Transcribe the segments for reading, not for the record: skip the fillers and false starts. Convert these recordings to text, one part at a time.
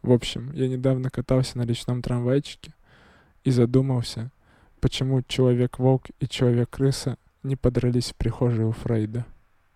В общем, я недавно катался на речном трамвайчике и задумался, почему Человек-волк и Человек-крыса не подрались в прихожей у Фрейда.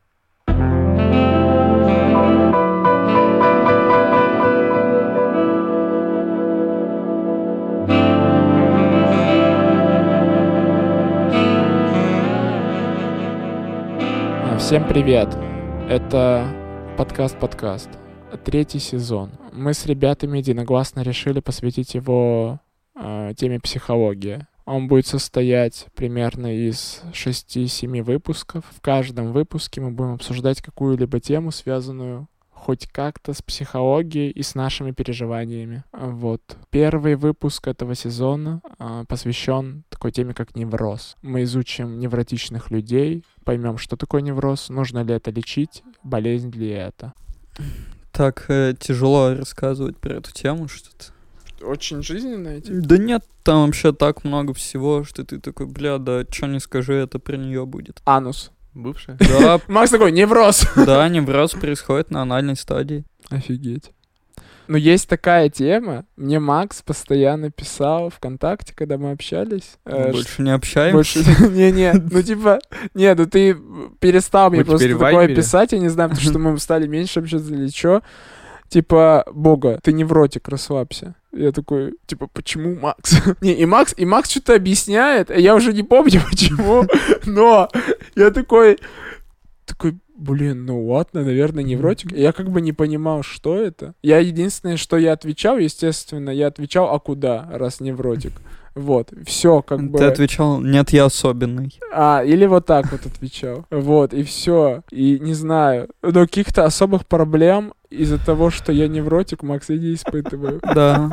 Всем привет! Это подкаст. Третий сезон. Мы с ребятами единогласно решили посвятить его теме психология. Он будет состоять примерно из 6-7 выпусков. В каждом выпуске мы будем обсуждать какую-либо тему, связанную хоть как-то с психологией и с нашими переживаниями. Вот. Первый выпуск этого сезона посвящен такой теме, как невроз. Мы изучим невротичных людей, поймем, что такое невроз, нужно ли это лечить, болезнь ли это. Так тяжело рассказывать про эту тему что-то. Очень жизненная тема? Да нет, там вообще так много всего, что ты такой, да что не скажи, это про нее будет. Анус. Бывшая? Да. Макс такой, невроз. Да, невроз происходит на анальной стадии. Офигеть. Но есть такая тема, мне Макс постоянно писал ВКонтакте, когда мы общались. Больше не общаемся? Не-не, ну ты перестал мне просто такое писать, я не знаю, потому что мы стали меньше общаться или что. Типа, Бога, ты невротик, расслабься. Я такой, типа, почему Макс? И Макс что-то объясняет, я уже не помню почему, но я такой, блин, ну ладно, наверное, невротик. Я как бы не понимал, что это. Я единственное, что я отвечал, естественно, а куда, раз невротик. Вот, все как бы... Ты отвечал, нет, я особенный. Или вот так вот отвечал. Вот, и все. И не знаю, но каких-то особых проблем из-за того, что я невротик, Макс, я не испытываю. Да.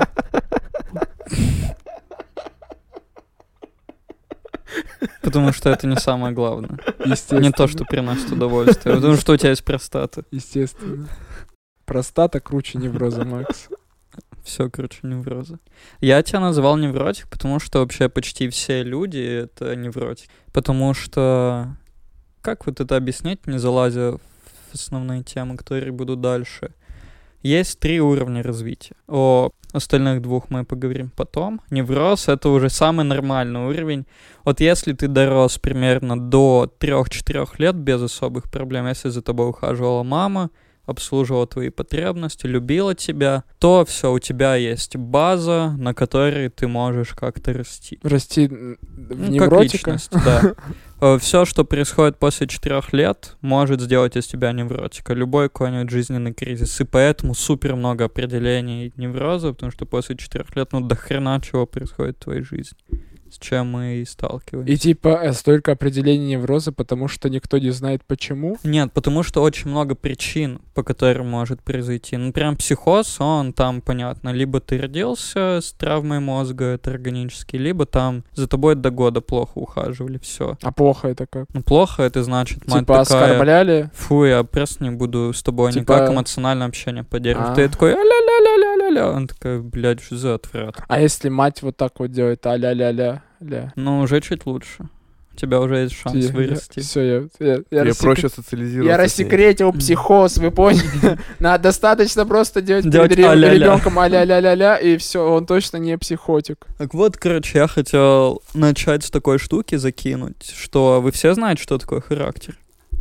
Потому что это не самое главное. Естественно. Не то, что приносит удовольствие, потому что у тебя есть простата. Естественно. Простата круче невроза, Макс. Все круче невроза. Я тебя назвал невротик, потому что вообще почти все люди — это невротики. Потому что... Как вот это объяснять, не залазя в основные темы, которые будут дальше? Есть 3 уровня развития. О остальных 2 мы поговорим потом. Невроз — это уже самый нормальный уровень. Вот если ты дорос примерно до 3-4 лет без особых проблем, если за тобой ухаживала мама, обслуживала твои потребности, любила тебя, то все, у тебя есть база, на которой ты можешь как-то расти. Расти в невротика? Как личность, да. Все, что происходит после 4 лет, может сделать из тебя невротика. Любой какой-нибудь жизненный кризис. И поэтому супер много определений невроза, потому что после 4 лет, до хрена чего происходит в твоей жизни. С чем мы и сталкиваемся. И типа столько определений невроза, потому что никто не знает почему? Нет, потому что очень много причин, по которым может произойти. Например, психоз, он там, понятно, либо ты родился с травмой мозга, это органический, либо там за тобой до года плохо ухаживали, все. А плохо это как? Плохо это значит, мать типа такая... оскорбляли? Фу, я просто не буду с тобой никак эмоциональное общение поддерживать. Ты такой а-ля-ля-ля-ля-ля-ля. Он такой, блядь, что за отврат. А если мать вот так вот делает а-ля-ля-ля? Ну, уже чуть лучше. У тебя уже есть шанс вырасти. Все, я проще социализироваться. Я рассекретил психоз, вы поняли? Надо достаточно просто делать перед а-ля-ля. ребенком а-ля-ля-ля-ля, и все, он точно не психотик. Так вот, короче, я хотел начать с такой штуки закинуть, что вы все знаете, что такое характер?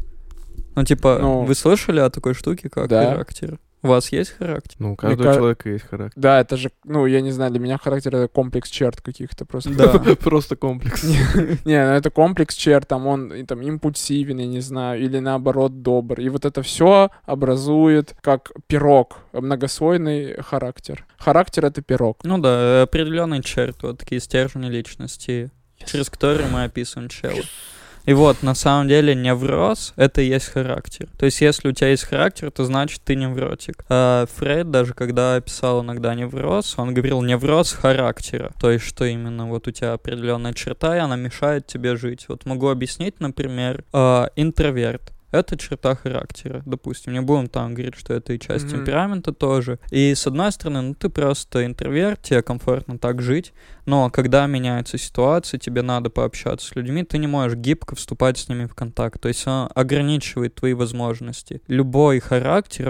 Вы слышали о такой штуке, как характер? У вас есть характер? У каждого человека есть характер. Да, это же, я не знаю, для меня характер — это комплекс черт каких-то просто. Да. Просто комплекс. Не, это комплекс черт, он импульсивен, я не знаю, или наоборот добр. И вот это все образует как пирог, многослойный характер. Характер — это пирог. Ну да, определенные черты, вот такие стержни личности, через которые мы описываем чела. И вот, на самом деле, невроз — это и есть характер. То есть, если у тебя есть характер, то значит, ты невротик. Фрейд, даже когда описал иногда невроз, он говорил невроз характера. То есть, что именно вот у тебя определенная черта, и она мешает тебе жить. Вот могу объяснить, например, интроверт. Это черта характера, допустим. Не будем там говорить, что это и часть темперамента тоже. И с одной стороны, ты просто интроверт, тебе комфортно так жить, но когда меняется ситуация, тебе надо пообщаться с людьми, ты не можешь гибко вступать с ними в контакт. То есть он ограничивает твои возможности. Любой характер, он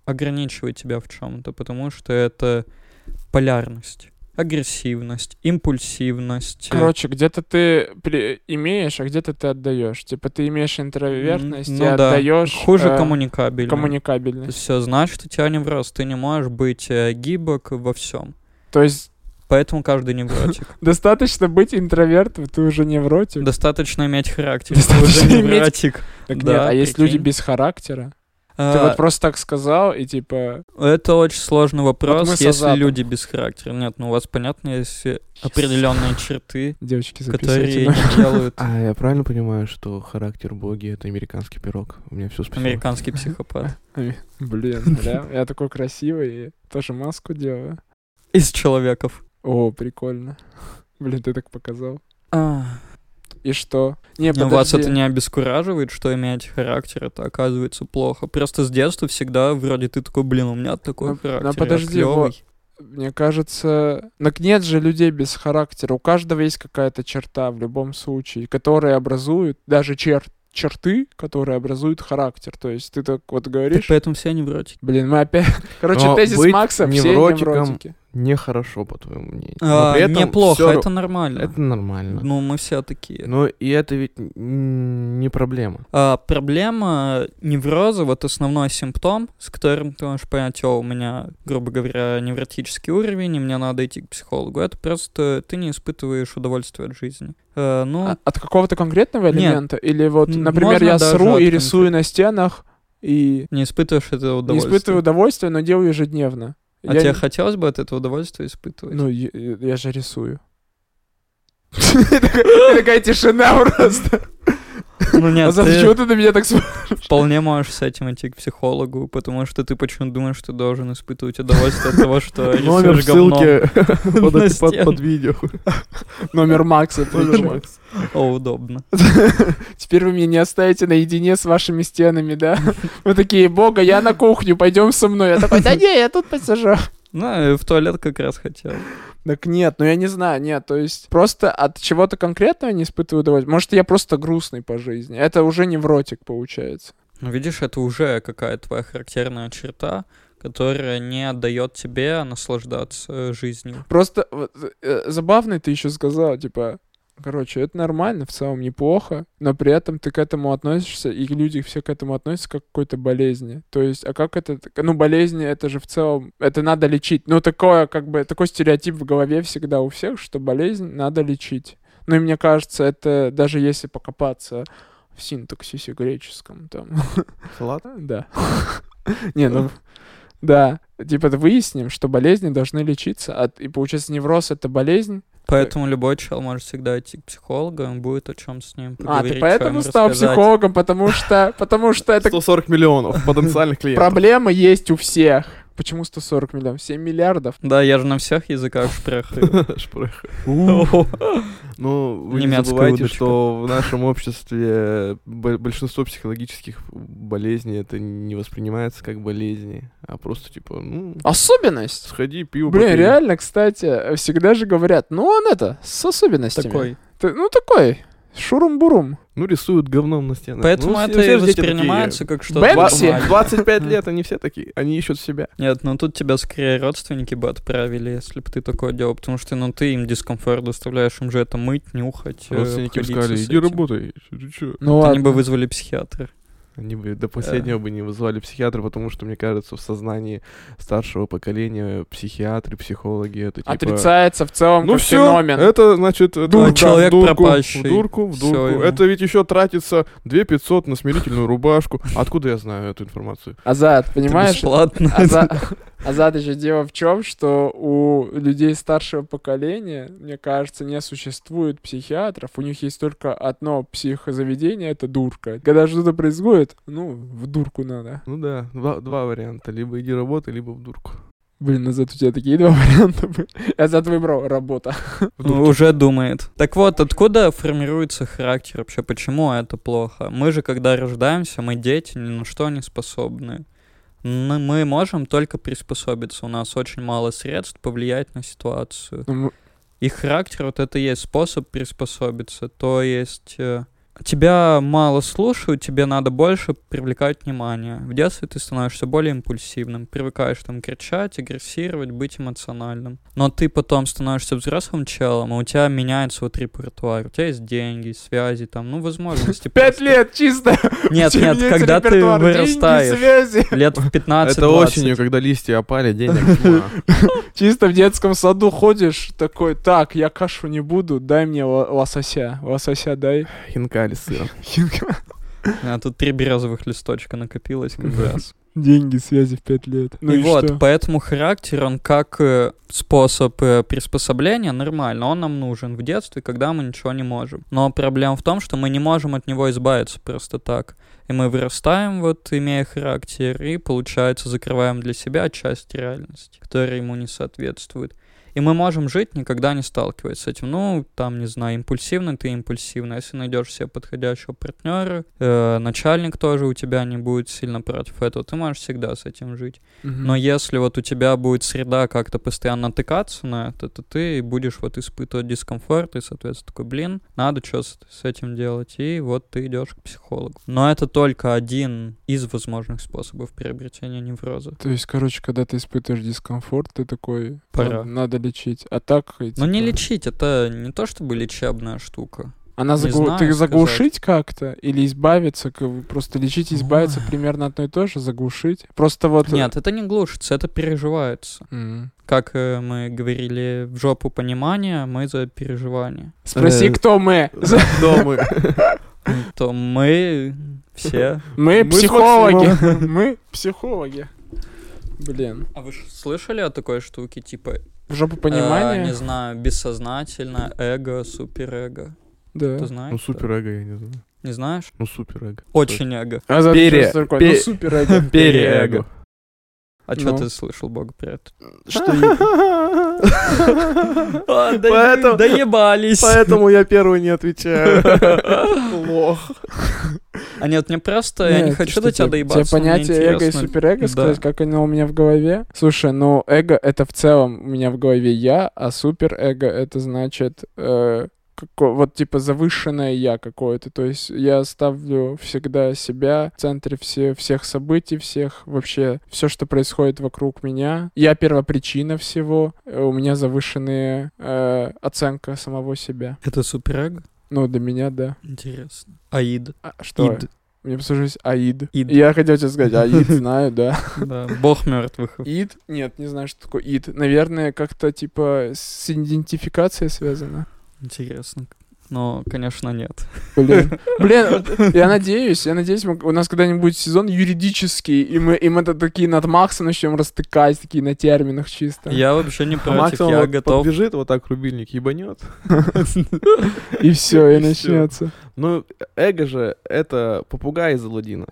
ограничивает тебя в чем-то, потому что это полярность. Агрессивность, импульсивность. Короче, где-то ты имеешь, а где-то ты отдаешь. Типа ты имеешь интровертность и да. отдаешь Хуже коммуникабельность. коммуникабельность. Все, значит, у тебя невроз. Ты не можешь быть гибок во всем. То есть Поэтому каждый невротик. достаточно быть интровертом, ты уже невротик. Достаточно иметь характер. Достаточно Ты уже иметь- невротик. Так Да, нет, а есть люди прикинь. без характера? Ты А, вот просто так сказал, и типа... Это очень сложный вопрос, Вот мы с если Азатом. люди без характера. Нет, ну у вас, понятно, есть определенные черты, Девочки, которые записывайте. не делают А я правильно понимаю, что характер боги — это американский пирог? У меня все списалось. американский психопат. Блин, бля, я такой красивый и тоже маску делаю. Из человеков. О, прикольно. Блин, ты так показал. А, И что? Не, но вас подожди. это не обескураживает, что иметь характер, это оказывается плохо. Просто с детства всегда вроде ты такой, блин, у меня такой Ну, характер, ну, подожди, я вот. клёвый. Мне кажется... Так нет же людей без характера. У каждого есть какая-то черта в любом случае, которая образует, даже черты, которые образуют характер. То есть ты так вот Так говоришь... поэтому все невротики. Блин, мы опять... Короче, Но тезис быть Макса, все невротиком невротики. Нехорошо, по твоему мнению. Но при этом Неплохо, всё это нормально. Это нормально. Ну, мы все такие. Но и это ведь не проблема. Проблема невроза, вот основной симптом, с которым ты можешь понять, у меня, грубо говоря, невротический уровень, и мне надо идти к психологу. Это просто ты не испытываешь удовольствия от жизни. От какого-то конкретного Нет. элемента? Или вот, например, Можно я даже сру от и рисую на стенах, и не испытываешь этого не удовольствия. испытываю удовольствия, но делаю ежедневно. А Я тебе не- хотелось бы от этого удовольствия испытывать? Ну, я же рисую. И такая тишина просто. Ну нет, Азат, ты почему ты на меня так смотришь? вполне можешь с этим идти к психологу, потому что ты почему-то думаешь, что должен испытывать удовольствие от того, что Номер в рисуешь говном. ссылке на стену. под видео. Номер Макса. Номер причём. Макс. О, удобно. Теперь вы меня не оставите наедине с вашими стенами, да? Вы такие, Бога, я на кухню, пойдем со мной. Я такой, да не, я тут посижу. Ну, и в туалет как раз хотел. Так нет, ну я не знаю, нет, то есть просто от чего-то конкретного не испытываю удовольствия. Может, я просто грустный по жизни. Это уже невротик получается. Ну, видишь, это уже какая-то твоя характерная черта, которая не дает тебе наслаждаться жизнью. Просто забавно ты еще сказал, типа, короче, это нормально, в целом неплохо, но при этом ты к этому относишься, и люди все к этому относятся как к какой-то болезни. То есть, а как это... Ну, болезни, это же в целом... Это надо лечить. Ну, такое, как бы, такой стереотип в голове всегда у всех, что болезнь надо лечить. Ну, и мне кажется, это даже если покопаться в синтаксисе греческом, там... Салат? Да. Не, ну... Да, типа выясним, что болезни должны лечиться, и получается невроз — это болезнь. Поэтому любой чел может всегда идти к психологу, он будет о чем с ним поговорить. Ты чё поэтому ему стал рассказать. психологом, потому что это 140 миллионов потенциальных клиентов. проблемы есть у всех. Почему 140 миллионов? 7 миллиардов. Да, я же на всех языках шпрехаю. Шпрэх. О, Ну, вы не Немецкая забывайте, удочка. что в нашем обществе большинство психологических болезней это не воспринимается как болезни, а просто типа, ну, Особенность. сходи, пиво Блин, попей. реально, кстати, всегда же говорят, ну он с особенностями. Такой. Ну такой, шурум-бурум. Ну, рисуют говном на стенах. Поэтому Ну, это все и же дети воспринимается как что-то Бэнкси. нормальное. В 25 лет они все такие, они ищут себя. Нет, ну тут тебя скорее родственники бы отправили, если бы ты такое делал, потому что, ну, ты им дискомфорт доставляешь, им же это мыть, нюхать, Родственники бы обходиться сказали, с иди этим. работай. Ты чё? Ну Они бы ладно. вызвали психиатра. Они бы до последнего бы не вызывали психиатра, потому что, мне кажется, в сознании старшего поколения психиатры, психологи, это типа... Отрицается в целом Ну как все, феномен. это значит... человек в дурку, пропащий. В дурку, в Всё дурку. ему. Это ведь еще тратится 2500 на смирительную рубашку. Откуда я знаю эту информацию? Азат, Это понимаешь? бесплатно. Азат, еще дело в чем, что у людей старшего поколения, мне кажется, не существует психиатров. У них есть только одно психозаведение — это дурка. Когда что-то происходит, ну, в дурку надо. Ну да, два варианта. Либо иди работай, либо в дурку. Блин, Азат, у тебя такие два варианта были. Азат выбрал работа. Уже думает. Так вот, откуда формируется характер вообще? Почему это плохо? Мы же, когда рождаемся, мы дети, ни на что не способны. Мы можем только приспособиться. У нас очень мало средств повлиять на ситуацию. И характер, вот это и есть способ приспособиться. То есть тебя мало слушают, тебе надо больше привлекать внимание. В детстве ты становишься более импульсивным, привыкаешь там кричать, агрессировать, быть эмоциональным. Но ты потом становишься взрослым челом, и у тебя меняется вот репертуар. У тебя есть деньги, связи, там, ну, возможности. 5 лет чисто! Нет, когда ты вырастаешь, лет в 15-20. Это осенью, когда листья опали, денег тьма. Чисто в детском саду ходишь, такой, так, я кашу не буду, дай мне лосося. Лосося дай. Хинкали с сыром. А тут 3 березовых листочка накопилось как раз. Деньги, связи в 5 лет. Ну и вот, что? поэтому характер, он как способ приспособления нормально, он нам нужен в детстве, когда мы ничего не можем. Но проблема в том, что мы не можем от него избавиться просто так. И мы вырастаем, вот, имея характер, и, получается, закрываем для себя часть реальности, которая ему не соответствует. И мы можем жить, никогда не сталкиваясь с этим. Ну, там, не знаю, импульсивный ты импульсивный. Если найдешь себе подходящего партнера, начальник тоже у тебя не будет сильно против этого, ты можешь всегда с этим жить. Но если вот у тебя будет среда как-то постоянно натыкаться на это, то ты будешь вот испытывать дискомфорт, и, соответственно, такой, блин, надо что с этим делать. И вот ты идешь к психологу. Но это только один из возможных способов приобретения невроза. То есть, короче, когда ты испытываешь дискомфорт, ты такой, пора. Надо лечить. А так... Ну, не лечить, это не то чтобы лечебная штука. Она ты заглушить как-то или избавиться? Просто лечить и избавиться примерно одно и то же, заглушить? Просто вот... Нет, это не глушится, это переживается. Как мы говорили, в жопу понимания, мы за переживание. Спроси, кто мы? Кто мы? То мы все. Мы психологи. Мы психологи. Блин. А вы слышали о такой штуке, типа... В жопу понимания? Не знаю, бессознательно, эго, суперэго. Да. Ты знаешь? Ну, суперэго я не знаю. Не знаешь? Ну, суперэго. Очень эго. Суперэго. Переэго. А что ты слышал, Бог, про это? Что доебались. Поэтому я первый не отвечаю. Лох. А нет, мне просто, я не хочу до тебя доебаться. Тебе понятие эго и суперэго сказать, как оно у меня в голове? Слушай, ну эго — это в целом у меня в голове я, а суперэго — это значит... вот типа завышенное я какое-то, то есть я ставлю всегда себя в центре всех событий, вообще все, что происходит вокруг меня. Я первопричина всего, у меня завышенная оценка самого себя. Это суперэго? Ну, для меня, да. Интересно. Аид. Что? Ид. Мне послужить Аид. Ид. Я хотел тебе сказать, Аид знаю, да. Да, бог мертвых. Ид? Нет, не знаю, что такое Ид. Наверное, как-то типа с идентификацией связано. Интересно. Но, конечно, нет. Блин, я надеюсь, у нас когда-нибудь будет сезон юридический, и мы такие над Максом начнем растыкать, такие на терминах чисто. Я вообще не против, Макс, я вот готов. подбежит, вот так рубильник ебанет. И все, и начнется. Ну, эго же — это попугай из Аладдина.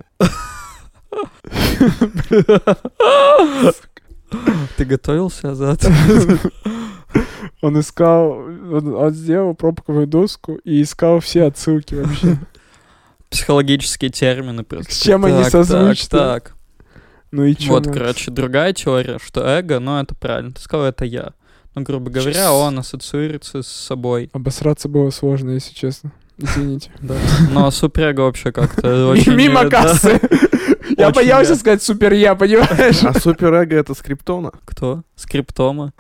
Ты готовился, Азат? Он сделал пробковую доску и искал все отсылки вообще. Психологические термины просто. С чем они созвучны? Так. Ну и чё? Вот, короче, другая теория, что эго, ну это правильно, ты сказал, это я. Ну, грубо говоря, он ассоциируется с собой. Обосраться было сложно, если честно. Извините. Да. Но суперэго вообще как-то очень... Мимо кассы. Я боялся сказать супер-я, понимаешь? А суперэго — это скриптона? Кто? Скриптома?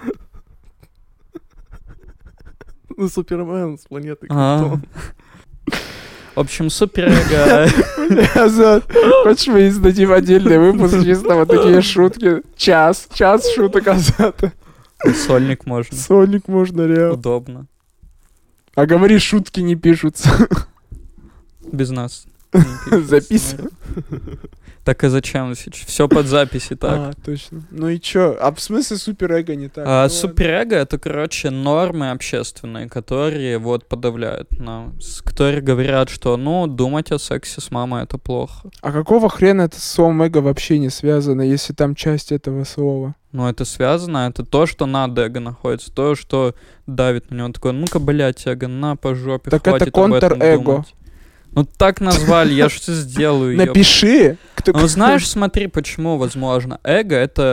Ну, Супермен с планеты Криптон. В общем, суперэго... Азат, хочешь мы издадим отдельный выпуск, чисто вот такие шутки? Час шуток Азата. Сольник можно. Сольник можно, реально. Удобно. А говори, шутки не пишутся. Без нас. Записывай. Так и зачем? Все под записи, так. А, точно. Ну и чё? А в смысле суперэго не так? Суперэго — это, короче, нормы общественные, которые вот подавляют нас. Которые говорят, что, ну, думать о сексе с мамой — это плохо. А какого хрена это с словом эго вообще не связано, если там часть этого слова? Ну, это связано, это то, что над эго находится, то, что давит на него. Такое, ну-ка, блядь, эго, на по жопе, так хватит это контр-эго. Ну, так назвали, я что сделаю? Напиши. Ну, знаешь, смотри, почему возможно. Эго — это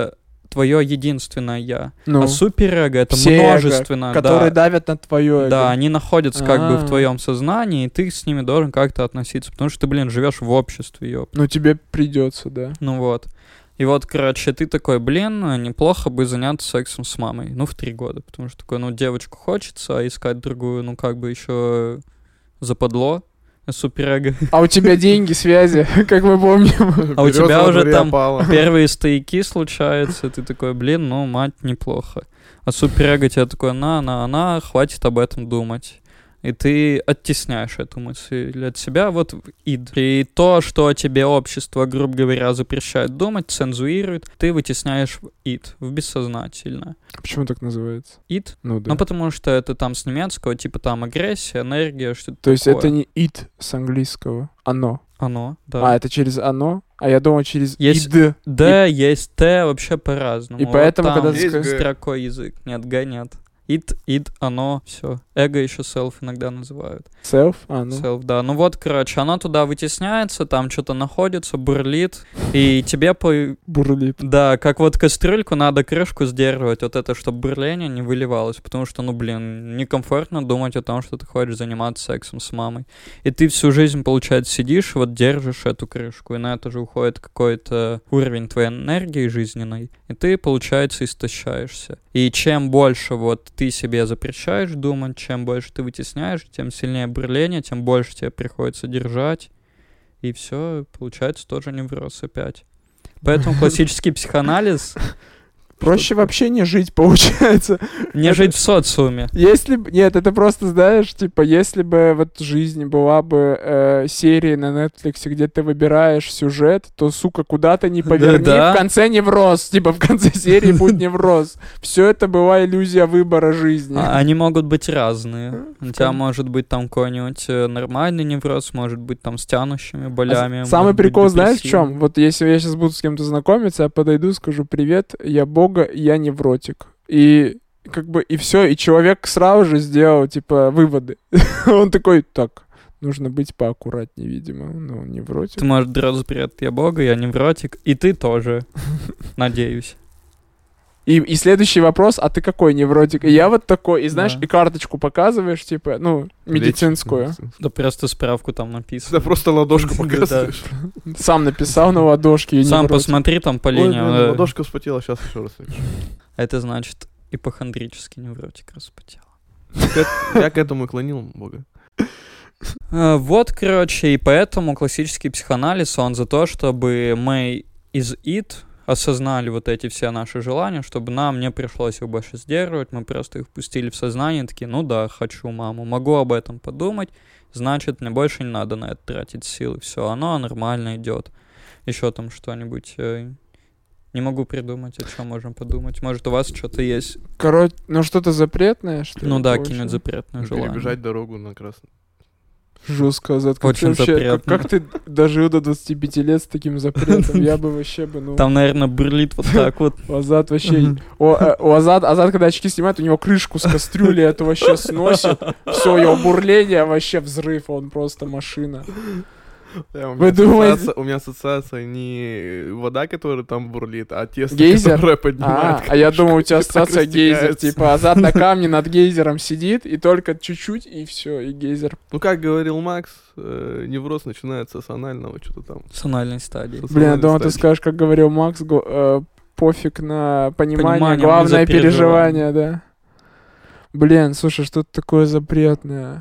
твое единственное я. Ну, А суперэго — это все эго, множественно, которые да. давят на твое эго. Да, они находятся как бы в А. твоем сознании, и ты с ними должен как-то относиться, потому что ты, блин, живешь в обществе, ёп. Ну, тебе придется, да. Ну вот. И вот, короче, ты такой, блин, неплохо бы заняться сексом с мамой. Ну, в 3 года. Потому что такой, ну, девочку хочется, а искать другую, ну, как бы еще западло. Суперэго. А у тебя деньги, связи, как мы помним. А у тебя Берёза во уже дворе там опала. первые стояки случаются, ты такой, блин, ну, мать, неплохо. А суперэго тебе такой, на, хватит об этом думать. И ты оттесняешь эту мысль от себя, вот ид. И то, что тебе общество, грубо говоря, запрещает думать, цензурирует, ты вытесняешь в ид, в бессознательное. Почему так называется? Ид? Ну, да. Ну, потому что это там с немецкого, типа там агрессия, энергия, что-то То есть такое. это не it с английского, оно. Оно, да. А, это через оно? А я думал через Есть id. Д, есть Т, вообще по-разному. И поэтому, вот там когда ты скажешь- строкой язык. Нет, Г нет. Ид, оно, все. Эго еще self иногда называют. Self? А, ну. Self, да. Ну вот, короче, оно туда вытесняется, там что-то находится, бурлит, и тебе Бурлит. Да, как вот кастрюльку надо крышку сдерживать, вот это, чтобы бурление не выливалось, потому что, ну, блин, некомфортно думать о том, что ты хочешь заниматься сексом с мамой. И ты всю жизнь, получается, сидишь, вот держишь эту крышку, и на это же уходит какой-то уровень твоей энергии жизненной, и ты, получается, истощаешься. И чем больше вот ты себе запрещаешь думать, чем больше ты вытесняешь, тем сильнее бурление, тем больше тебе приходится держать, и все, получается тоже невроз опять. Поэтому классический психоанализ Проще вообще не жить, получается. не жить в социуме. Если б... Нет, это просто, знаешь, типа, если бы вот в жизни была бы серия на Netflix, где ты выбираешь сюжет, то, сука, куда ты не поверни, Да-да. в конце невроз. Типа, в конце серии будет невроз. Все это была иллюзия выбора жизни. Они могут быть разные. У тебя может быть там какой-нибудь нормальный невроз, может быть там с тянущими болями. Самый может быть прикол, знаешь, в депрессивный. чем? Вот если я сейчас буду с кем-то знакомиться, я подойду, скажу: привет, я Бога, я невротик. И как бы, и все, и человек сразу же сделал, типа, выводы. Он такой: так, нужно быть поаккуратнее, видимо. Ну, невротик. Ты можешь драться: привет, я Бога, я невротик, и ты тоже, надеюсь. И следующий вопрос: а ты какой невротик? И я вот такой, и знаешь, Да. и карточку показываешь, типа, ну, медицинскую. Да просто справку там написано. Да просто ладошку Да. показываешь. Сам написал на ладошке. и Сам невротик. посмотри там по Ой, линии. блин, ладошка вспотела, сейчас еще раз напишу. Это значит ипохондрический невротик распотел. Я к этому и клонил, Бога. Вот, короче, и поэтому классический психоанализ, он за то, чтобы мы из id осознали вот эти все наши желания, чтобы нам не пришлось их больше сдерживать, мы просто их пустили в сознание, такие: ну да, хочу маму, могу об этом подумать, значит, мне больше не надо на это тратить силы, все, оно нормально идет. Еще там что-нибудь... Не могу придумать, о чем можем подумать. Может, у вас что-то есть? Короче, ну что-то запретное, что ли? Ну да, получается? какие-нибудь запретные желания. Перебежать дорогу на красный. Жестко, Азат. Как Очень ты вообще, запретно. как ты дожил до 25 лет с таким запретом? Я бы вообще бы, ну... Там, наверное, бурлит вот так вот. У Азат вообще... У Азат, когда очки снимает, у него крышку с кастрюли это вообще сносит. Все, его бурление вообще взрыв, он просто машина. Вы думаете- У меня ассоциация не вода, которая там бурлит, а тесто, Гейзер? которое поднимает А я крышку. думал, у тебя И так ассоциация гейзер. растекается. Типа Азат на камне над гейзером сидит, и только чуть-чуть, и все, и гейзер. Ну, как говорил Макс, невроз начинается с анального, что-то там. С анальной стадии. С Блин, я анальной думал, ты стадии. скажешь, как говорил Макс, пофиг на понимание, Понимание, главное мы за переживание, да. Блин, слушай, что-то такое запретное.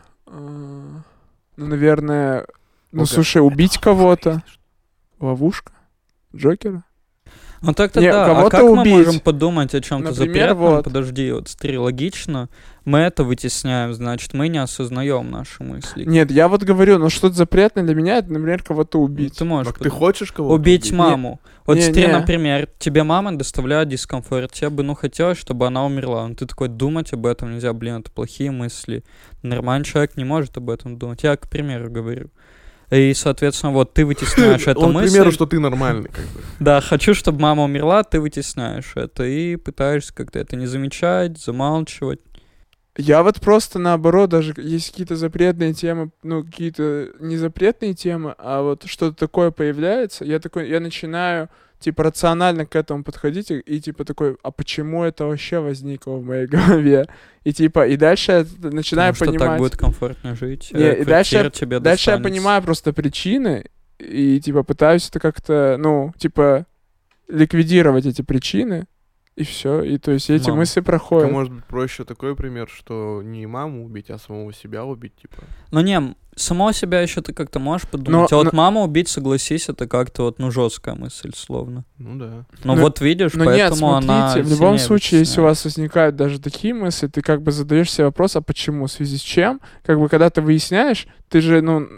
Ну, наверное... Ну, Ого. слушай, убить кого-то. Ловушка? Джокера? Ну так-то Не, да, а кого-то как мы убить. можем подумать о чем-то Например, запретном? вот. Подожди, вот смотри, логично. Мы это вытесняем, значит, мы не осознаем наши мысли. Нет, я вот говорю, ну что-то запретное для меня, это, например, кого-то убить. Ты можешь Так ты хочешь кого-то убить маму. Вот Не, смотри, не. например, тебе мама доставляет дискомфорт, тебе бы, ну, хотелось, чтобы она умерла. Но ты такой: думать об этом нельзя, блин, это плохие мысли. Нормальный человек не может об этом думать. Я, к примеру, говорю. И, соответственно, вот ты вытесняешь эту Он, к мысль. примеру, что ты нормальный, как бы. Да, хочу, чтобы мама умерла, ты вытесняешь это и пытаешься как-то это не замечать, замалчивать. Я вот просто наоборот, даже есть какие-то запретные темы, ну, какие-то не запретные темы, а вот что-то такое появляется, я начинаю, типа, рационально к этому подходить и типа, такой, а почему это вообще возникло в моей голове? И, типа, и дальше я начинаю Потому что понимать... так будет комфортно жить. Не, и дальше тебе я достанется. понимаю просто причины и, типа, пытаюсь это как-то, ну, типа, ликвидировать эти причины, и все. И, то есть, эти Мама. мысли А проходят. может быть проще такой пример, что не маму убить, а самого себя убить, типа. Ну не, самого себя еще ты как-то можешь подумать. А вот маму убить, согласись, это как-то вот, ну, жесткая мысль, словно. Ну да. Но вот видишь, Но поэтому нет, смотрите, она в любом сильнее случае, если у вытесняет. вас возникают даже такие мысли, ты как бы задаешь себе вопрос, а почему, в связи с чем? Как бы, когда ты выясняешь, ты же, ну,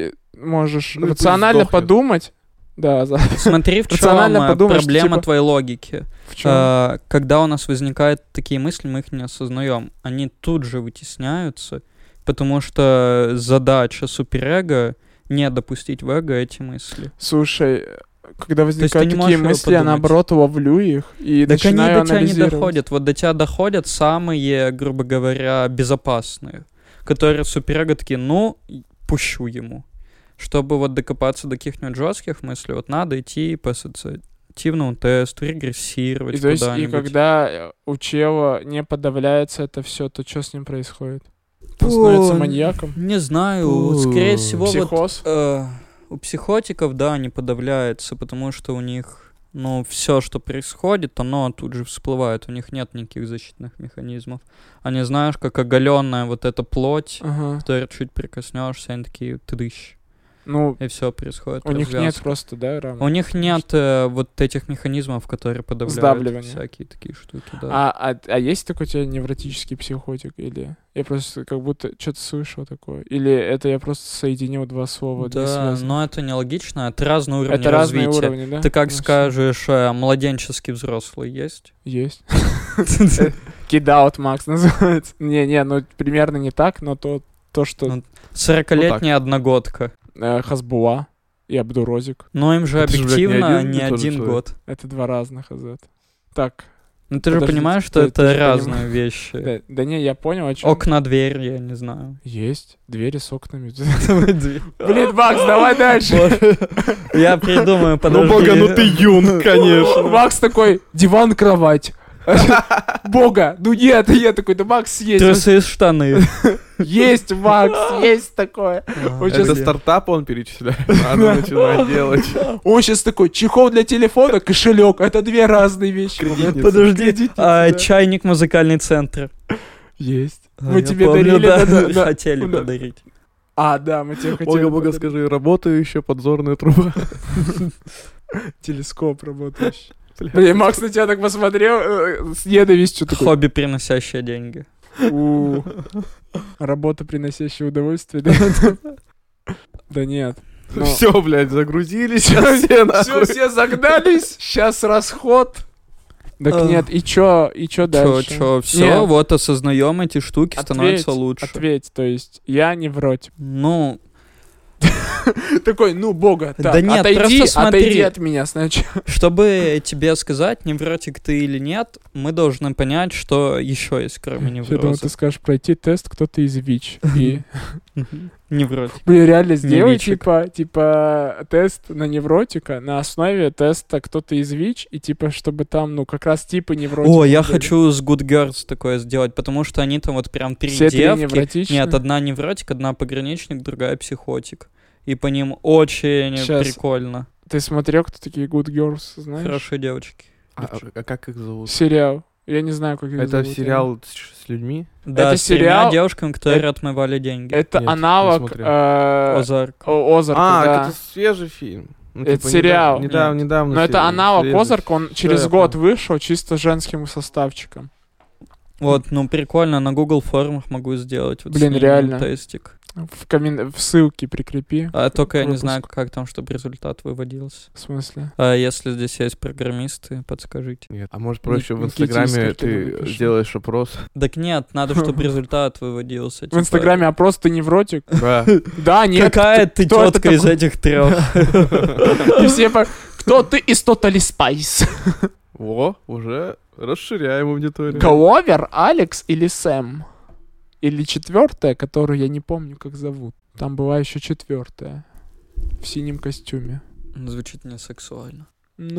можешь Ну и пусть рационально сдохнет. подумать. Да, Смотри, в чем рационально подумать, что, проблема типа, твоей логики. в чем? Когда у нас возникают такие мысли, мы их не осознаем. Они тут же вытесняются, потому что задача суперэго не допустить в эго эти мысли. Слушай, когда есть ты возникают не такие можешь мысли, я подумать. наоборот ловлю их и Так они начинаю до тебя не анализировать. доходят. Вот до тебя доходят самые, грубо говоря, безопасные, которые суперэго такие, ну, пущу ему. Чтобы вот докопаться до каких-нибудь жестких мыслей, вот надо идти по ассоциативному тесту, регрессировать И то есть, и куда-нибудь. когда у чела не подавляется это все, то что с ним происходит? Он становится маньяком? Не знаю, скорее всего, вот Психоз? у психотиков, да, не подавляется, потому что у них, ну, все, что происходит, оно тут же всплывает, у них нет никаких защитных механизмов. Они, знаешь, как оголенная вот эта плоть, Ага. которой чуть прикоснешься, они такие тыдыщ, Ну, и все происходит. у них нет развязка. просто, да, рамок? У них нет вот этих механизмов, которые подавляют Сдавливания. всякие такие штуки, да. А есть такой у тебя невротический психотик? Или я просто как будто что-то слышал такое? Или это я просто соединил два слова, не Да, связанных? но это нелогично, это разные уровни Это разные развития. уровни, да? Ты как Ну, всё. скажешь, младенческий взрослый есть? Есть. Кидаут Макс называется. Не, ну примерно не так, но то, что Ну, 40-летняя одногодка. Хасбула и Абдурозик. Но им же Это же, блядь, не объективно один не и тот же один человек. год. Это два разных азет. Так, Ну ты же Подождите, понимаешь, что ты это же разные вещи. да не, я понял, о чем. Окна, дверь, я не знаю. Есть двери с окнами. Блин, Макс, давай дальше. Я придумаю, Ну, подожди. бога, ну ты юн, конечно. Макс такой, диван, кровать. Бога, ну нет, я такой, да Макс есть. Трусы и штаны. Есть, Макс, есть такое. Он Это щас- стартап он перечисляет. Надо начинать делать. Он сейчас такой, чехол для телефона, кошелек. Это две разные вещи. Кредитница. Подожди, Кредитница, да. чайник музыкальный центр. Есть. А, Мы я тебе помню, дарили. да, да. хотели Да. подарить. А, да, мы тебе хотели. Бога, бога, подарить. скажи, работающая подзорная труба. Телескоп работающий. Блин, Макс на тебя так посмотрел с ненавистью такой. Хобби, приносящее деньги. «У, Работа, приносящая удовольствие. Да, Да нет. Ну, Все, блядь, загрузились. Сейчас все Все, нахуй. все загнались. Сейчас расход. Так Ах. нет, и чё дальше? Чё, все, Нет. вот осознаем эти штуки, становится лучше. Ответь, то есть я не врать. Ну, Такой, ну, Бога, Да так, нет, отойди, просто смотри. отойди от меня сначала. чтобы тебе сказать, невротик ты или нет, мы должны понять, что еще есть, кроме Я думал, невроза. ты скажешь пройти тест, кто ты из ВИЧ. И, Невротик. блин, реально сделай, вичик. типа, тест на невротика на основе теста кто ты из ВИЧ, и, типа, чтобы там, ну, как раз типы невротика. О, я были. хочу с Good Girls такое сделать, потому что они там вот прям три Все три девки. невротичные? Нет, одна невротик, одна пограничник, другая психотик. И по ним очень Щас. прикольно. Ты смотрел, кто такие Good Girls, знаешь? Хорошие девочки. А как их зовут? Сериал. Я не знаю, как их Это зовут. сериал с людьми? Да, Это с тремя сериал- девушками, которые отмывали деньги. Это Нет, не аналог смотрел. Озарк. Озарка, да. Это свежий фильм. Ну, Это типа, сериал. Недавно. Но это аналог Озарка, он через я год понял. вышел чисто женским составчиком. Вот, ну прикольно, на Google формах могу сделать. Вот Блин, с ними реально. Тестик. В ссылке прикрепи. А только я не выпуск. знаю, как там, чтобы результат выводился. В смысле? А если здесь есть программисты, подскажите. Нет. А может проще в Никите Инстаграме Искоркину ты напишу. сделаешь опрос? Так нет, надо, чтобы результат выводился. В Инстаграме опрос ты невротик? Да. Да, нет. Какая ты кто это тетка из такой? этих трех? И все кто ты из Totally Spice? Во, уже расширяем аудиторию. Гловер, Алекс или Сэм? Или четвертая, которую я не помню, как зовут. Там была еще четвертая. В синем костюме. Звучит не сексуально. Ну,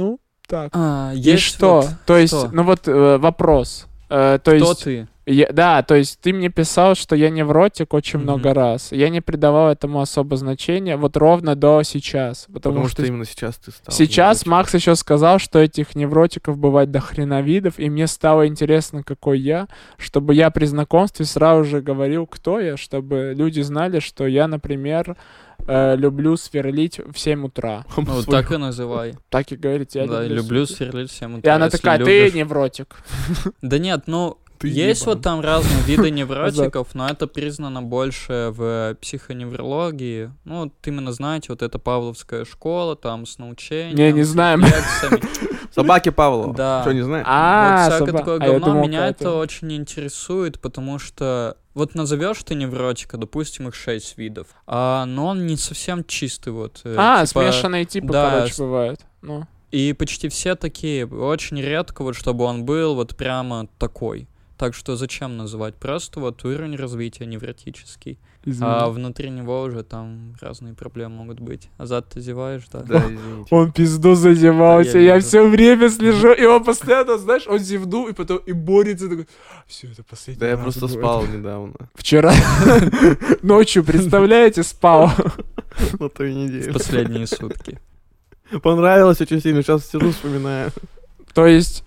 Так. И Есть что? вот То есть, что? ну вот вопрос. То Кто есть, ты? да, то есть ты мне писал, что я невротик очень Мгм. много раз. Я не придавал этому особо значения, вот ровно до сейчас. Потому что именно сейчас ты стал. сейчас невротиком. Макс еще сказал, что этих невротиков бывает до хрена видов, и мне стало интересно, какой я, чтобы я при знакомстве сразу же говорил, кто я, чтобы люди знали, что я, например, люблю сверлить в 7 утра. Ну, так и называй. Так и говорите, я Да, люблю люблю сверлить. сверлить всем И утра. она если такая, любишь. ты невротик. Да нет, ну, Ты есть ебан. вот там разные виды невротиков, но это признано больше в психоневрологии. Ну, вот именно, знаете, вот эта Павловская школа, там, с научением, Не с знаем. рефлексами. Собаки Павлова. Да. Что, не знаешь? Вот всякое собак. такое А я говно, думал, меня какая-то- это очень интересует, потому что вот назовешь ты невротика, допустим, их 6 видов, но он не совсем чистый вот. Типа, смешанные типы, да, короче, бывают. Ну. и почти все такие. Очень редко вот, чтобы он был вот прямо такой. Так что зачем называть? Просто вот уровень развития невротический. А внутри него уже там разные проблемы могут быть. Азат, ты зеваешь, да? Да, извините. Он пизду задевался, Да, я я вижу. все время слежу, и он постоянно, знаешь, он зевнул, и потом и борется, такой, все, это последний Да я раз просто будет». спал недавно. Вчера ночью, представляете, спал. На той В неделе. последние сутки. Понравилось очень сильно, сейчас сижу, вспоминаю. То есть,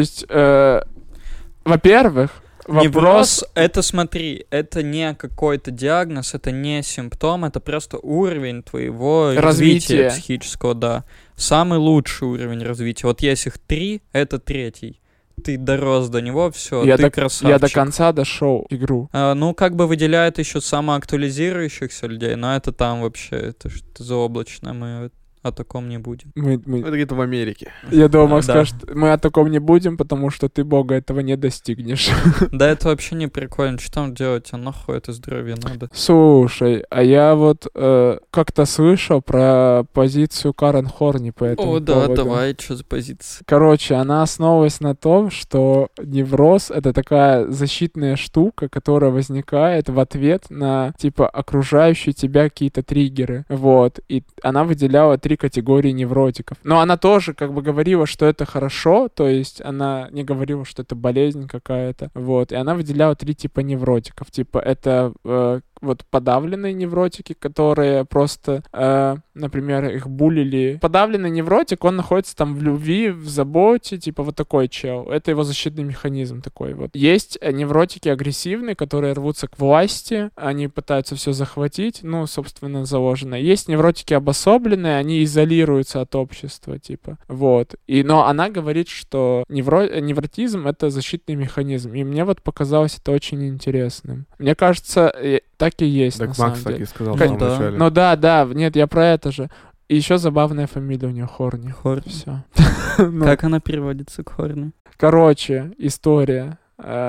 во-первых, вопрос... Невроз — это, смотри, это не какой-то диагноз, это не симптом, это просто уровень твоего Развития. развития психического, да. Самый лучший уровень развития. Вот есть их 3, это 3-й. Ты дорос до него, все, я ты до, красавчик. я до конца дошел игру. Ну, как бы выделяют еще самоактуализирующихся людей, но это там вообще, это что-то заоблачное, мы о таком не будем. Это где-то в Америке. Я думал, Макс Да. скажет, мы о таком не будем, потому что ты, бога, этого не достигнешь. Да это вообще не прикольно, что там делать, а нахуй это здоровье надо. Слушай, а я вот как-то слышал про позицию Карен Хорни по этому О, да, поводу. давай, что за позиция? Короче, она основывалась на том, что невроз — это такая защитная штука, которая возникает в ответ на, типа, окружающие тебя какие-то триггеры. Вот. И она выделяла 3 категории невротиков. Но она тоже, как бы, говорила, что это хорошо, то есть она не говорила, что это болезнь какая-то. Вот. И она выделяла 3 типа невротиков. Типа, это вот подавленные невротики, которые просто, например, их булили. Подавленный невротик, он находится там в любви, в заботе, типа вот такой чел. Это его защитный механизм такой вот. Есть невротики агрессивные, которые рвутся к власти, они пытаются все захватить, ну, собственно, заложено. Есть невротики обособленные, они изолируются от общества, типа. Вот. Но она говорит, что невротизм — это защитный механизм. И мне вот показалось это очень интересным. Мне кажется, так и есть, Так на самом Макс так деле. и сказал в Ну самом да. начале. Ну да, нет, я про это же. И еще забавная фамилия у нее Хорни. Хорни. Все. Как она переводится к Хорни? Короче, история.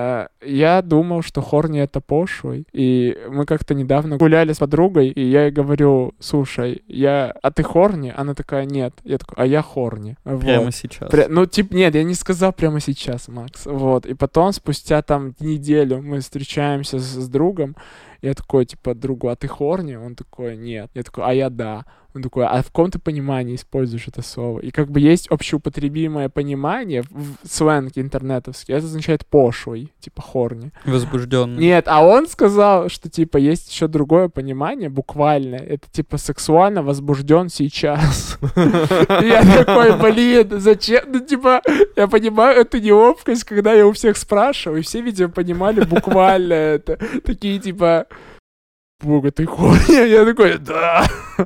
Я думал, что Хорни — это пошлый. И мы как-то недавно гуляли с подругой, и я ей говорю, слушай, а ты Хорни? Она такая, нет. Я такой, а я Хорни. Вот. Прямо сейчас. Ну, типа, нет, я не сказал прямо сейчас, Макс. Вот. И потом, спустя там неделю, мы встречаемся с другом. Я такой, типа, другу, а ты Хорни? Он такой, нет. Я такой, а я да. Он такой, а в каком ты понимании используешь это слово? И как бы есть общеупотребимое понимание в сленге интернетовский. Это означает пошлый, типа Хорни. Возбужденный. Нет, а он сказал, что, типа, есть еще другое понимание, буквальное. Это, типа, сексуально возбужден сейчас. И я такой, блин, зачем? Ну, типа, я понимаю эту неловкость, когда я у всех спрашиваю, и все, видимо, понимали буквально это. Такие, типа, бога, ты Хорни? Я такой, да.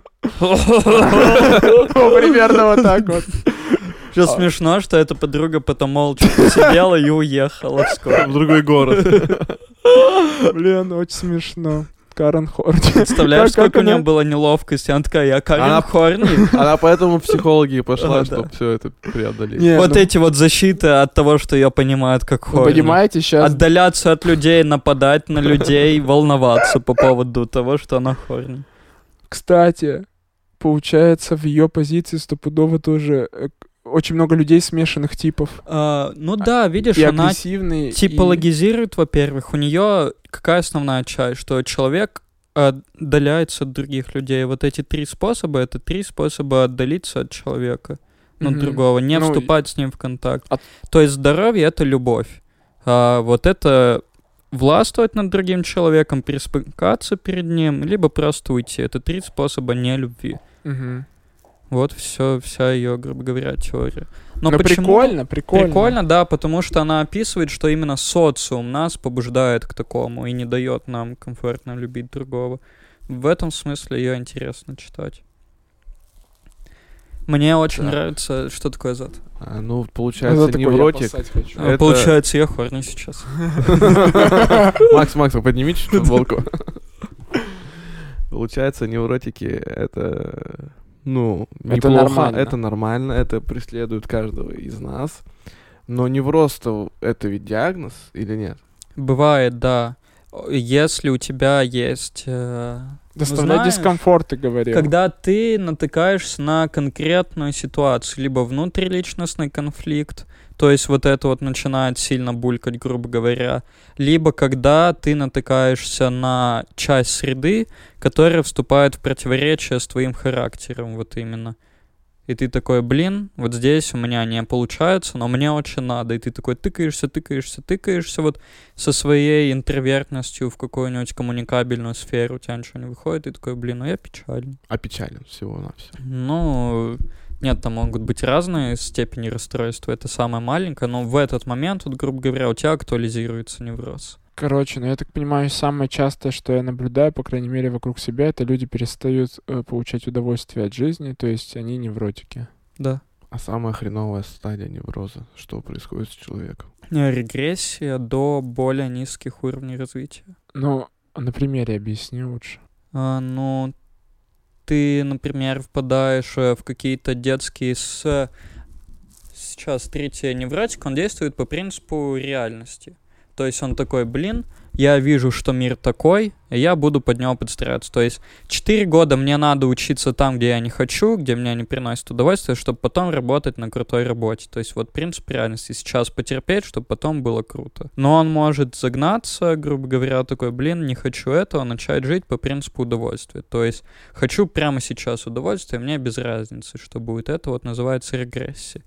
Примерно вот так вот. Что смешно, что эта подруга потом молча посидела и уехала вскоре. В другой город. Блин, очень смешно. Карен Хорни. Представляешь, Как сколько у нее она- было неловкости? Она такая, я Карен Она- Хорни. Она поэтому в психологи пошла, Да. чтобы все это преодолеть. Не, Вот ну, эти вот защиты от того, что ее понимают как вы Хорни. понимаете, сейчас Отдаляться от людей, нападать на людей, волноваться по поводу того, что она Хорни. кстати, получается, в ее позиции стопудово тоже очень много людей смешанных типов. Ну да, видишь, И она агрессивные, типологизирует, во-первых. У нее какая основная часть? Что человек отдаляется от других людей. Вот эти 3 способа — это 3 способа отдалиться от человека. на другого, не вступать с ним в контакт. А- То есть здоровье — это любовь. А вот это властвовать над другим человеком, переспекаться перед ним, либо просто уйти. Это 3 способа нелюбви. Мгм. Вот вся ее, грубо говоря, теория. Но Ну, почему? прикольно. Прикольно, да, потому что она описывает, что именно социум нас побуждает к такому и не дает нам комфортно любить другого. В этом смысле ее интересно читать. Мне очень Да. нравится... Что такое зад? Ну, Ну, получается, такой, я невротик. поссать хочу. Это- Получается, я хорни сейчас. Макс, поднимите футболку. Получается, невротики — это, ну, Это неплохо, нормально. это нормально, это преследует каждого из нас. Но невроз-то это ведь диагноз или нет? Бывает, да. Если у тебя есть... Доставлять знаешь, дискомфорт, ты говорил. Когда ты натыкаешься на конкретную ситуацию, либо внутриличностный конфликт, то есть вот это вот начинает сильно булькать, грубо говоря, либо когда ты натыкаешься на часть среды, которая вступает в противоречие с твоим характером, вот именно. И ты такой, блин, вот здесь у меня не получается, но мне очень надо. И ты такой тыкаешься вот со своей интровертностью в какую-нибудь коммуникабельную сферу, у тебя ничего не выходит, и такой, блин, ну я печальный. Опечален всего-навсего. Ну, нет, там могут быть разные степени расстройства, это самое маленькое, но в этот момент, вот, грубо говоря, у тебя актуализируется невроз. Короче, ну я так понимаю, самое частое, что я наблюдаю, по крайней мере, вокруг себя, это люди перестают получать удовольствие от жизни, то есть они невротики. Да. А самая хреновая стадия невроза, что происходит с человеком? Регрессия до более низких уровней развития. Ну, на примере объясни лучше. Ну, ты, например, впадаешь в какие-то детские Сейчас третий невротик, он действует по принципу реальности. То есть он такой, блин, я вижу, что мир такой, и я буду под него подстраиваться. То есть 4 года мне надо учиться там, где я не хочу, где мне не приносит удовольствие, чтобы потом работать на крутой работе. То есть вот принцип реальности. Сейчас потерпеть, чтобы потом было круто. Но он может загнаться, грубо говоря, такой, блин, не хочу этого, начать жить по принципу удовольствия. То есть хочу прямо сейчас удовольствие, мне без разницы, что будет. Это вот называется регрессия.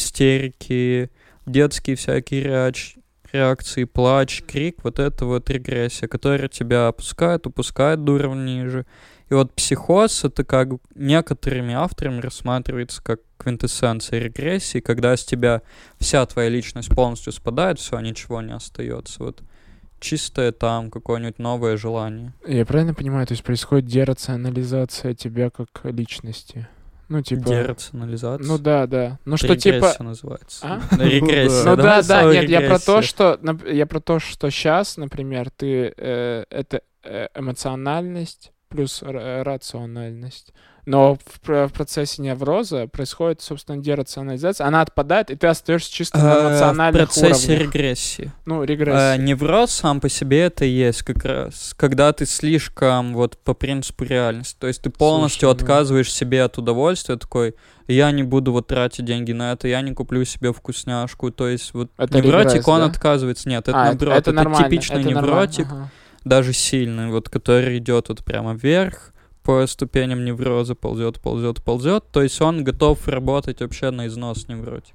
Истерики, детские всякие реакции, плач, крик, вот это вот регрессия, которая тебя опускает, упускает до уровня ниже. И вот психоз, это как некоторыми авторами рассматривается как квинтэссенция регрессии, когда с тебя вся твоя личность полностью спадает, все, ничего не остается. Вот чистое там какое-нибудь новое желание. Я правильно понимаю, то есть происходит дерационализация тебя как личности? Ну, типа... Дерационализация. Ну да. Ну что Регрессия типа... называется. А? Регрессия. Ну Давай да, слово нет, я про то, регрессия. я про то, что сейчас, например, ты это эмоциональность плюс рациональность. Но в процессе невроза происходит, собственно, дерационализация. Она отпадает, и ты остаешься чисто на эмоциональных В процессе уровнях. регрессии. Ну, регрессия. Невроз сам по себе это и есть как раз, когда ты слишком вот по принципу реальности. То есть ты полностью Слушай, ну- отказываешь себе от удовольствия, такой, я не буду вот тратить деньги на это, я не куплю себе вкусняшку. То есть вот Это невротик, регресс, он да? отказывается. Нет, это наоборот, это нормально. типичный это невротик, нормально, ага. даже сильный, вот который идет вот прямо вверх по ступеням невроза, ползет. То есть он готов работать вообще на износ невротик.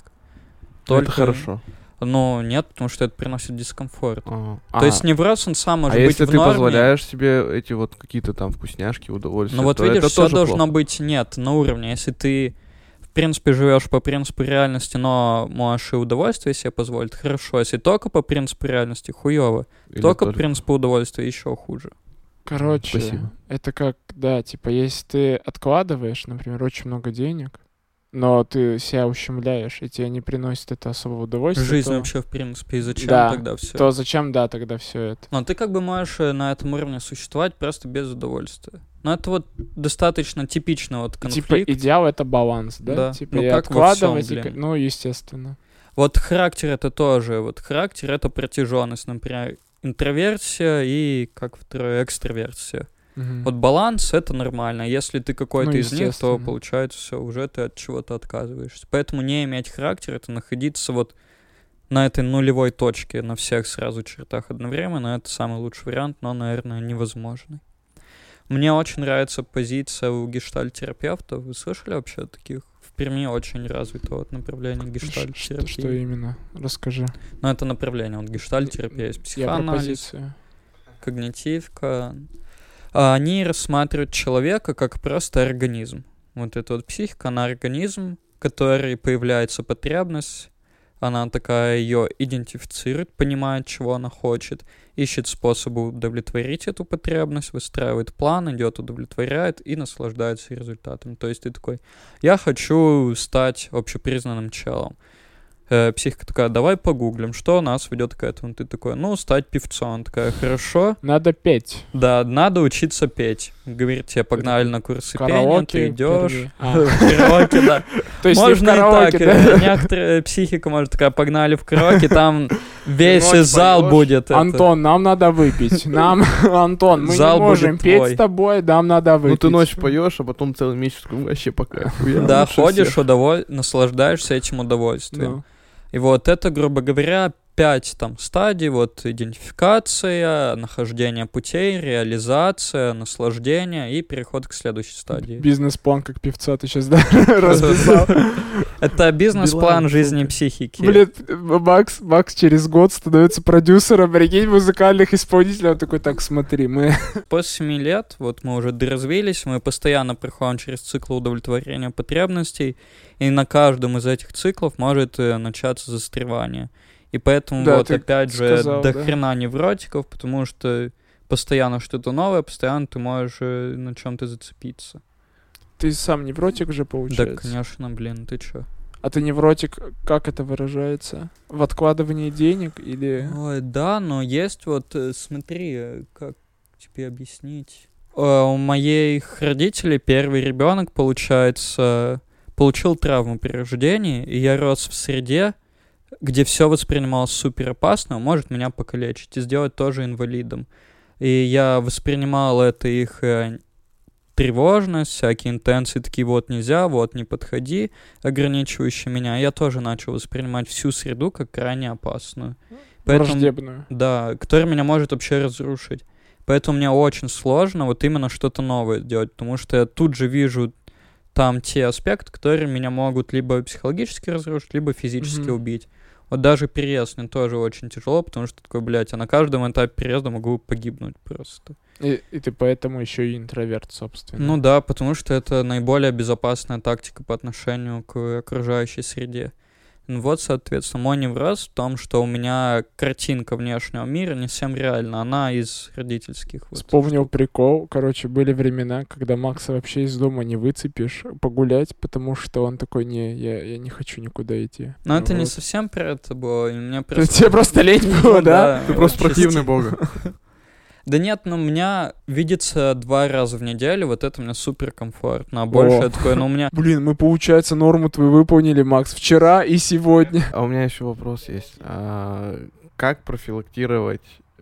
Это хорошо. Ну, нет, потому что это приносит дискомфорт. То То есть невроз, он сам может а быть если в ты норме. позволяешь себе эти вот какие-то там вкусняшки, удовольствия, Ну вот то видишь, это все тоже должно плохо. быть, нет, на уровне. Если ты, в принципе, живешь по принципу реальности, но можешь и удовольствие себе позволить, хорошо. Если только по принципу реальности, хуёво. Или Только по тоже- принципу удовольствия еще хуже. Короче, Спасибо. это как, да, типа, если ты откладываешь, например, очень много денег, но ты себя ущемляешь, и тебе не приносит это особого удовольствия, Жизнь то, вообще, в принципе, и зачем Да, тогда все? то зачем, да, тогда все это? Но ты как бы можешь на этом уровне существовать просто без удовольствия. Но это вот достаточно типичный вот конфликт. Типа, идеал — это баланс, да? Да. Типа, Ну, и как во всем, откладывать, блин. ну, естественно. Вот характер это тоже. Вот характер это протяженность, например, интроверсия и, как второе, экстраверсия. Мгм. Вот баланс это нормально. Если ты какой-то Ну, из них, то естественно. получается все, уже ты от чего-то отказываешься. Поэтому не иметь характер это находиться вот на этой нулевой точке, на всех сразу чертах одновременно. Это самый лучший вариант, но, наверное, невозможный. Мне очень нравится позиция у гештальт-терапевтов. Вы слышали вообще о таких? В Перми очень развито вот направление гештальт-терапии. Что именно? Расскажи. Ну, это направление, вот гештальт-терапия, есть психоанализ, когнитивка. Они рассматривают человека как просто организм. Вот эта вот психика, она организм, который появляется потребность, она такая ее идентифицирует, понимает, чего она хочет, ищет способы удовлетворить эту потребность, выстраивает план, идет, удовлетворяет и наслаждается результатом. То есть ты такой, я хочу стать общепризнанным челом. Психика такая, давай погуглим, что нас ведет к этому. Ты такой, ну, стать певцом. Такая, хорошо. Надо петь. Да, надо учиться петь. Говорит, тебе погнали на курсы пения, ты идешь. Караоке, да. То есть можно и караоке, и так. да? Некоторая психика может такая, погнали в караоке, там весь зал будет. Антон, нам надо выпить. Антон, мы Зал не можем будет петь твой. с тобой, нам надо выпить. Ну ты ночь поешь, а потом целый месяц вообще пока. Да, ходишь, наслаждаешься этим удовольствием. И вот это, грубо говоря, 5 там стадий, вот идентификация, нахождение путей, реализация, наслаждение и переход к следующей стадии. Бизнес-план как певца ты сейчас, да, расписал? Это бизнес-план жизни психики. Блин, Макс через год становится продюсером, прикинь, музыкальных исполнителей. Он такой, так, смотри, мы... После 7 лет, вот мы уже доразвились, мы постоянно проходим через цикл удовлетворения потребностей, и на каждом из этих циклов может начаться застревание. И поэтому да, вот опять сказал, же до хрена невротиков, потому что постоянно что-то новое, постоянно ты можешь на чем-то зацепиться. Ты сам невротик же, получается? Да, конечно, блин, ты чё? А ты невротик, как это выражается? В откладывании денег или... Ой, да, но есть вот, смотри, как тебе объяснить. У моих родителей первый ребенок, получается, получил травму при рождении, и я рос в среде, где все воспринималось супер опасно, может меня покалечить и сделать тоже инвалидом. И я воспринимал это их тревожность, всякие интенции, такие вот нельзя, вот не подходи, ограничивающие меня. Я тоже начал воспринимать всю среду как крайне опасную. Враждебную. Да, которая меня может вообще разрушить. Поэтому мне очень сложно вот именно что-то новое делать, потому что я тут же вижу там те аспекты, которые меня могут либо психологически разрушить, либо физически убить. Вот даже переезд мне тоже очень тяжело, потому что такой, блядь, я на каждом этапе переезда могу погибнуть просто. И ты поэтому еще и интроверт, собственно. Ну да, потому что это наиболее безопасная тактика по отношению к окружающей среде. Вот, соответственно, мой невроз в том, что у меня картинка внешнего мира не всем реальна, она из родительских. Вот Вспомнил штук. прикол. Короче, были времена, когда Макса вообще из дома не выцепишь погулять, потому что он такой, не, я не хочу никуда идти. Но это вот. не совсем про это было. И мне Тебе просто лень было, да? Ты просто противный богу. Да нет, но у меня видится 2 раза в неделю, вот это мне супер комфортно, а больше я такой, ну у меня... Блин, мы, получается, норму твою выполнили, Макс, вчера и сегодня. А у меня еще вопрос есть. Как профилактировать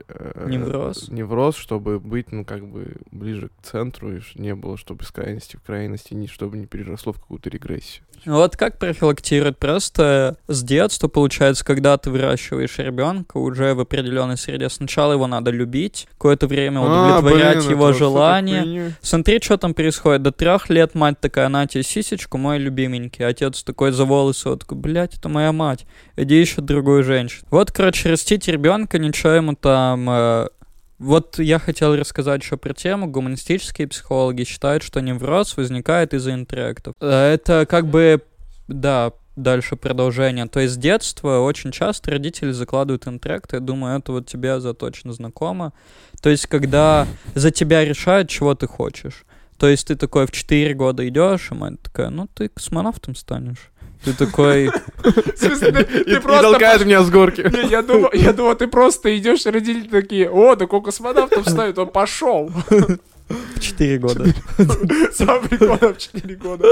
невроз, чтобы быть, ну, как бы, ближе к центру, и не было, чтобы из крайности в крайности, чтобы не переросло в какую-то регрессию? Вот как профилактировать? Просто с детства, получается, когда ты выращиваешь ребенка уже в определенной среде, сначала его надо любить, какое-то время удовлетворять его желания. Смотри, что там происходит. До 3 лет мать такая, на тебе сисечку, мой любименький. Отец такой за волосы, вот такой, блядь, это моя мать. Иди еще другую женщину. Вот, короче, растить ребенка, ничего ему там... Вот я хотел рассказать еще про тему. Гуманистические психологи считают, что невроз возникает из-за интеллекта. Это как бы, да, дальше продолжение. То есть с детства очень часто родители закладывают интеллект. Я думаю, это вот тебе заточно знакомо. То есть когда за тебя решают, чего ты хочешь. То есть ты такой в 4 года идешь, и мать такая, ну ты космонавтом станешь. Ты такой... В смысле, ты И просто... толкает меня с горки. Не, я думал, ты просто идешь, родители такие, о, такой космонавтом ставит, он пошел. В 4 года. Сам прикольно в 4 года.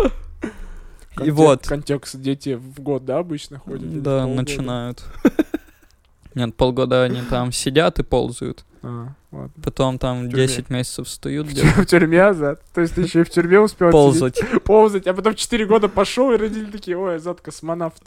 И вот. Контекст дети в год, да, обычно ходят? Да, начинают. Нет, полгода они там сидят и ползают. Ладно. Потом там В тюрьме. 10 месяцев встают. В тюрьме, да? То есть ты еще и в тюрьме успел Ползать. ползать, а потом в 4 года пошел, и родители такие, ой, Азат космонавт.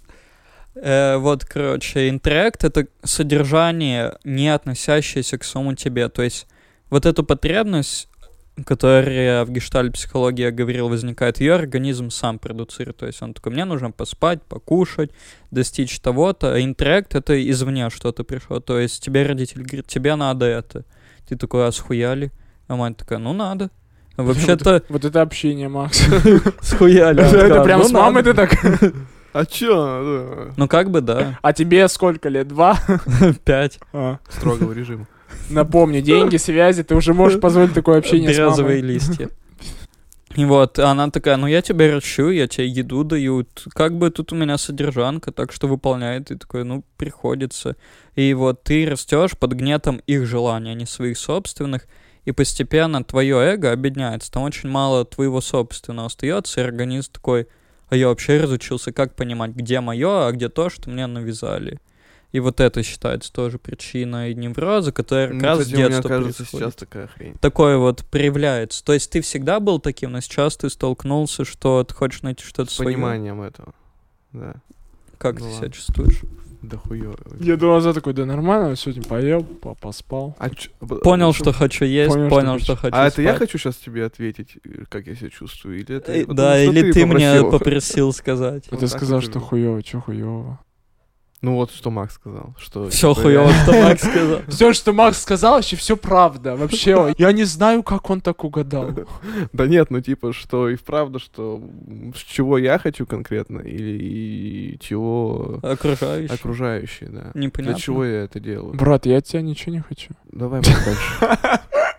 Вот, короче, интеллект — это содержание, не относящееся к самому тебе. То есть вот эту потребность которые в гештальт-психологии, я говорил, возникает, ее организм сам продуцирует. То есть он такой, мне нужно поспать, покушать, достичь того-то. А интроект — это извне что-то пришло. То есть тебе родитель говорит, тебе надо это. Ты такой, а схуяли? А мать такая, ну надо. Вообще-то... Вот это общение, Макс. Схуяли. Это прям с мамой ты так... А чё? Ну как бы да. А тебе сколько лет? 2? 5. Строгого режима. Напомни, деньги, связи, ты уже можешь позволить такое общение с мамой. Березовые листья. И вот, она такая, ну я тебя ращу, я тебе еду даю, как бы тут у меня содержанка, так что выполняет, и такой, ну, приходится. И вот ты растешь под гнетом их желаний, а не своих собственных, и постепенно твое эго обедняется, там очень мало твоего собственного остается, и организм такой, а я вообще разучился, как понимать, где мое, а где то, что мне навязали. И вот это считается тоже причиной невроза, которая как раз с детства мне кажется, происходит. сейчас такая хрень. Такое вот проявляется. То есть ты всегда был таким, но сейчас ты столкнулся, что ты хочешь найти что-то свое. С пониманием этого, да. Как ты себя чувствуешь? Да хуёво. Я 2 раза такой, да нормально, сегодня поел, поспал. Понял, что хочу есть, понял, что хочу А спать. это я хочу сейчас тебе ответить, как я себя чувствую? Или это да, или ты мне попросил сказать. Ты сказал, что хуёво, чё хуёво? Ну вот, что Макс сказал. Все хуёво, что Макс сказал. Все, что Макс сказал, вообще все правда. Вообще, я не знаю, как он так угадал. Да нет, ну типа, что и вправду, что с чего я хочу конкретно, и чего... Окружающие, да. Непонятно. Для чего я это делаю? Брат, я от тебя ничего не хочу. Давай дальше.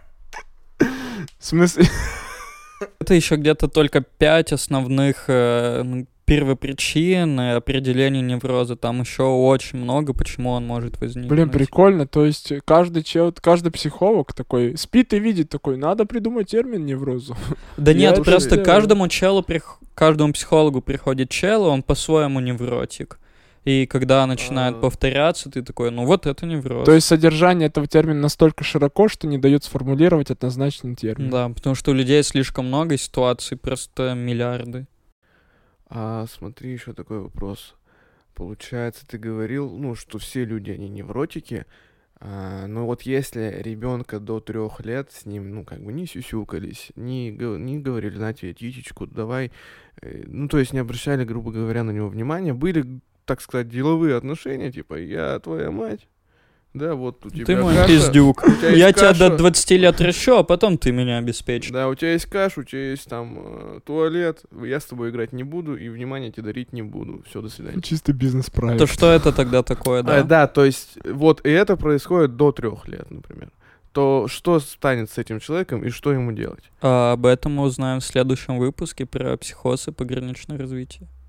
В смысле? Это еще где-то только 5 основных первопричин определения невроза. Там еще очень много, почему он может возникнуть. Блин, прикольно. То есть каждый психолог такой спит и видит такой, надо придумать термин неврозу. Да нет, просто каждому психологу приходит чел, он по-своему невротик. И когда начинает повторяться, ты такой, ну вот это невроз. То есть содержание этого термина настолько широко, что не дает сформулировать однозначный термин. Да, потому что у людей слишком много ситуаций, просто миллиарды. Смотри, еще такой вопрос. Получается, ты говорил, ну, что все люди, они невротики, но вот если ребенка до 3 лет с ним, ну, как бы не сюсюкались, не говорили, на тебе титечку, давай, ну, то есть не обращали, грубо говоря, на него внимания, были, так сказать, деловые отношения, типа, я твоя мать. Да, вот у тебя ты мой каша, пиздюк. Я тебя до 20 лет ращу, а потом ты меня обеспечишь. Да, у тебя есть каша, у тебя есть там туалет, я с тобой играть не буду и внимания тебе дарить не буду. Все, до свидания. Чисто бизнес-проект. То что это тогда такое, да? Да, то есть вот и это происходит до 3 лет, например. То что станет с этим человеком и что ему делать? Об этом мы узнаем в следующем выпуске про психоз и пограничное развитие.